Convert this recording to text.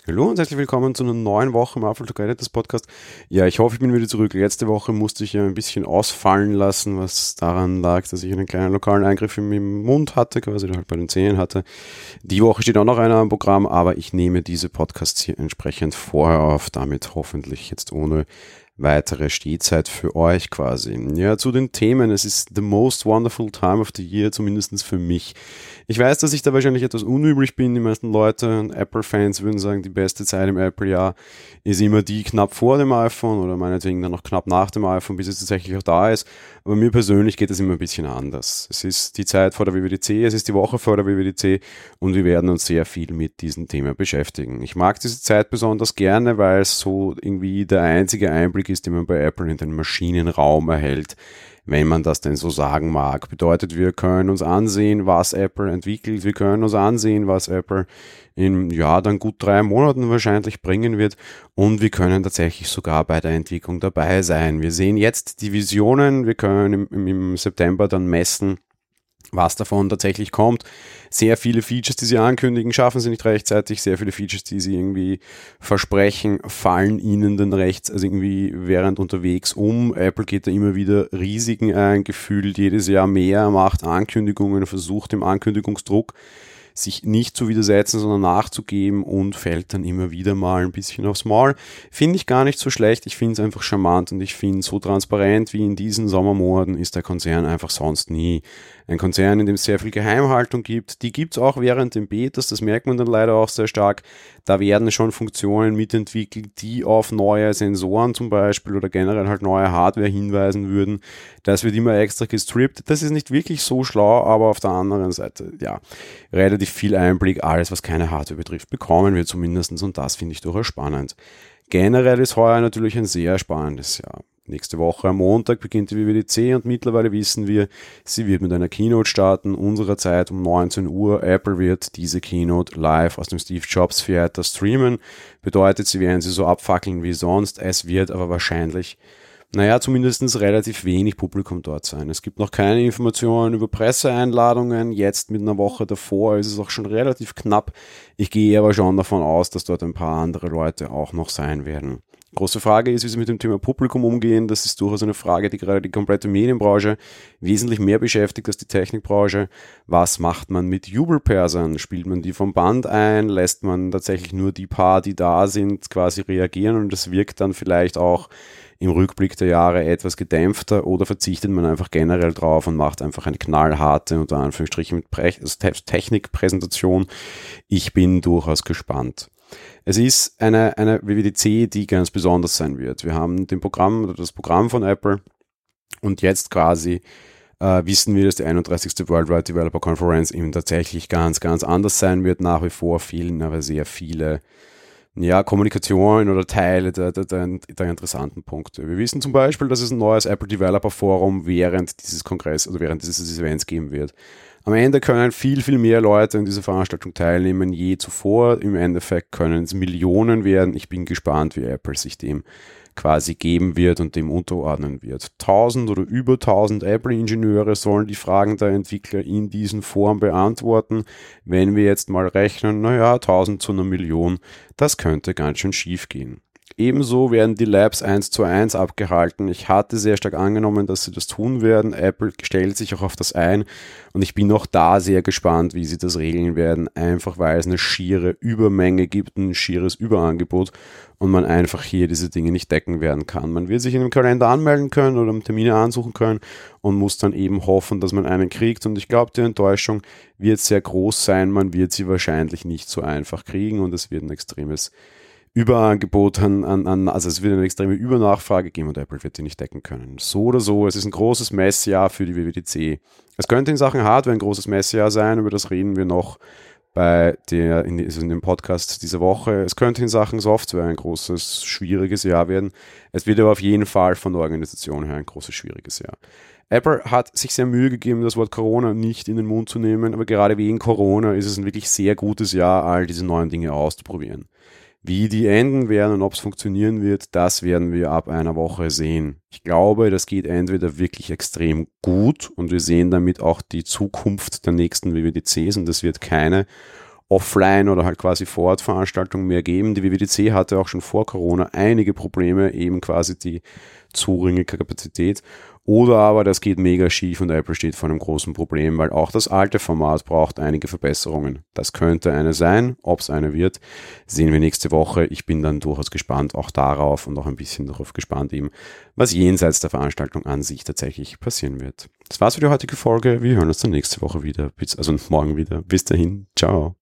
Hallo und herzlich willkommen zu einer neuen Woche im Apple Editors Podcast. Ja, ich hoffe, ich bin wieder zurück. Letzte Woche musste ich ja ein bisschen ausfallen lassen, was daran lag, dass ich einen kleinen lokalen Eingriff im Mund hatte, quasi halt bei den Zähnen hatte. Die Woche steht auch noch einer am Programm, aber ich nehme diese Podcasts hier entsprechend vorher auf, damit hoffentlich jetzt ohne weitere Stehzeit für euch quasi. Ja, zu den Themen. Es ist the most wonderful time of the year, zumindest für mich. Ich weiß, dass ich da wahrscheinlich etwas unüblich bin. Die meisten Leute, Apple-Fans würden sagen, die beste Zeit im Apple-Jahr ist immer die knapp vor dem iPhone oder meinetwegen dann noch knapp nach dem iPhone, bis es tatsächlich auch da ist. Aber mir persönlich geht es immer ein bisschen anders. Es ist die Zeit vor der WWDC, es ist die Woche vor der WWDC und wir werden uns sehr viel mit diesem Thema beschäftigen. Ich mag diese Zeit besonders gerne, weil es so irgendwie der einzige Einblick ist, den man bei Apple in den Maschinenraum erhält, wenn man das denn so sagen mag. Bedeutet, wir können uns ansehen, was Apple entwickelt, wir können uns ansehen, was Apple in, dann gut 3 Monaten wahrscheinlich bringen wird und wir können tatsächlich sogar bei der Entwicklung dabei sein. Wir sehen jetzt die Visionen, wir können im September dann messen, was davon tatsächlich kommt. Sehr viele Features, die sie ankündigen, schaffen sie nicht rechtzeitig. Sehr viele Features, die sie irgendwie versprechen, fallen ihnen dann also irgendwie während unterwegs um. Apple geht da immer wieder Risiken ein, gefühlt jedes Jahr mehr, macht Ankündigungen, versucht dem Ankündigungsdruck sich nicht zu widersetzen, sondern nachzugeben und fällt dann immer wieder mal ein bisschen aufs Maul. Finde ich gar nicht so schlecht, ich finde es einfach charmant und ich finde, so transparent wie in diesen Sommermonaten ist der Konzern einfach sonst nie. Ein Konzern, in dem es sehr viel Geheimhaltung gibt, die gibt es auch während den Betas, das merkt man dann leider auch sehr stark. Da werden schon Funktionen mitentwickelt, die auf neue Sensoren zum Beispiel oder generell halt neue Hardware hinweisen würden. Das wird immer extra gestrippt. Das ist nicht wirklich so schlau, aber auf der anderen Seite, relativ viel Einblick, alles was keine Hardware betrifft, bekommen wir zumindest und das finde ich durchaus spannend. Generell ist heuer natürlich ein sehr spannendes Jahr. Nächste Woche am Montag beginnt die WWDC und mittlerweile wissen wir, sie wird mit einer Keynote starten, unserer Zeit um 19 Uhr. Apple wird diese Keynote live aus dem Steve Jobs Theater streamen. Bedeutet, sie werden sie so abfackeln wie sonst. Es wird aber wahrscheinlich, zumindest relativ wenig Publikum dort sein. Es gibt noch keine Informationen über Presseeinladungen. Jetzt mit einer Woche davor ist es auch schon relativ knapp. Ich gehe aber schon davon aus, dass dort ein paar andere Leute auch noch sein werden. Große Frage ist, wie sie mit dem Thema Publikum umgehen. Das ist durchaus eine Frage, die gerade die komplette Medienbranche wesentlich mehr beschäftigt als die Technikbranche. Was macht man mit Jubelpersern? Spielt man die vom Band ein? Lässt man tatsächlich nur die paar, die da sind, quasi reagieren und das wirkt dann vielleicht auch im Rückblick der Jahre etwas gedämpfter oder verzichtet man einfach generell drauf und macht einfach eine knallharte, unter Anführungsstrichen, Technikpräsentation? Ich bin durchaus gespannt. Es ist eine WWDC, die ganz besonders sein wird. Wir haben das Programm von Apple und jetzt quasi wissen wir, dass die 31. Worldwide Developer Conference eben tatsächlich ganz, ganz anders sein wird. Nach wie vor fehlen aber sehr viele Kommunikation oder Teile der interessanten Punkte. Wir wissen zum Beispiel, dass es ein neues Apple Developer Forum während dieses Kongress oder während dieses Events geben wird. Am Ende können viel, viel mehr Leute in dieser Veranstaltung teilnehmen, je zuvor. Im Endeffekt können es Millionen werden. Ich bin gespannt, wie Apple sich dem quasi geben wird und dem unterordnen wird. 1000 oder über 1000 Apple-Ingenieure sollen die Fragen der Entwickler in diesen Foren beantworten. Wenn wir jetzt mal rechnen, 1000 zu einer Million, das könnte ganz schön schief gehen. Ebenso werden die Labs 1:1 abgehalten. Ich hatte sehr stark angenommen, dass sie das tun werden. Apple stellt sich auch auf das ein und ich bin auch da sehr gespannt, wie sie das regeln werden. Einfach weil es eine schiere Übermenge gibt, ein schieres Überangebot und man einfach hier diese Dinge nicht decken werden kann. Man wird sich in dem Kalender anmelden können oder Termine ansuchen können und muss dann eben hoffen, dass man einen kriegt und ich glaube, die Enttäuschung wird sehr groß sein. Man wird sie wahrscheinlich nicht so einfach kriegen und es wird ein extremes Überangebot also es wird eine extreme Übernachfrage geben und Apple wird die nicht decken können. So oder so, es ist ein großes Messjahr für die WWDC. Es könnte in Sachen Hardware ein großes Messjahr sein, über das reden wir noch in dem Podcast dieser Woche. Es könnte in Sachen Software ein großes, schwieriges Jahr werden. Es wird aber auf jeden Fall von der Organisation her ein großes, schwieriges Jahr. Apple hat sich sehr Mühe gegeben, das Wort Corona nicht in den Mund zu nehmen, aber gerade wegen Corona ist es ein wirklich sehr gutes Jahr, all diese neuen Dinge auszuprobieren. Wie die enden werden und ob es funktionieren wird, das werden wir ab einer Woche sehen. Ich glaube, das geht entweder wirklich extrem gut und wir sehen damit auch die Zukunft der nächsten WWDCs und das wird keine, Offline oder halt quasi Vor-Ort-Veranstaltungen mehr geben. Die WWDC hatte auch schon vor Corona einige Probleme, eben quasi die zu geringe Kapazität. Oder aber das geht mega schief und Apple steht vor einem großen Problem, weil auch das alte Format braucht einige Verbesserungen. Das könnte eine sein, ob es eine wird, sehen wir nächste Woche. Ich bin dann durchaus gespannt auch darauf und auch ein bisschen darauf gespannt eben, was jenseits der Veranstaltung an sich tatsächlich passieren wird. Das war's für die heutige Folge. Wir hören uns dann nächste Woche wieder, also morgen wieder. Bis dahin, ciao.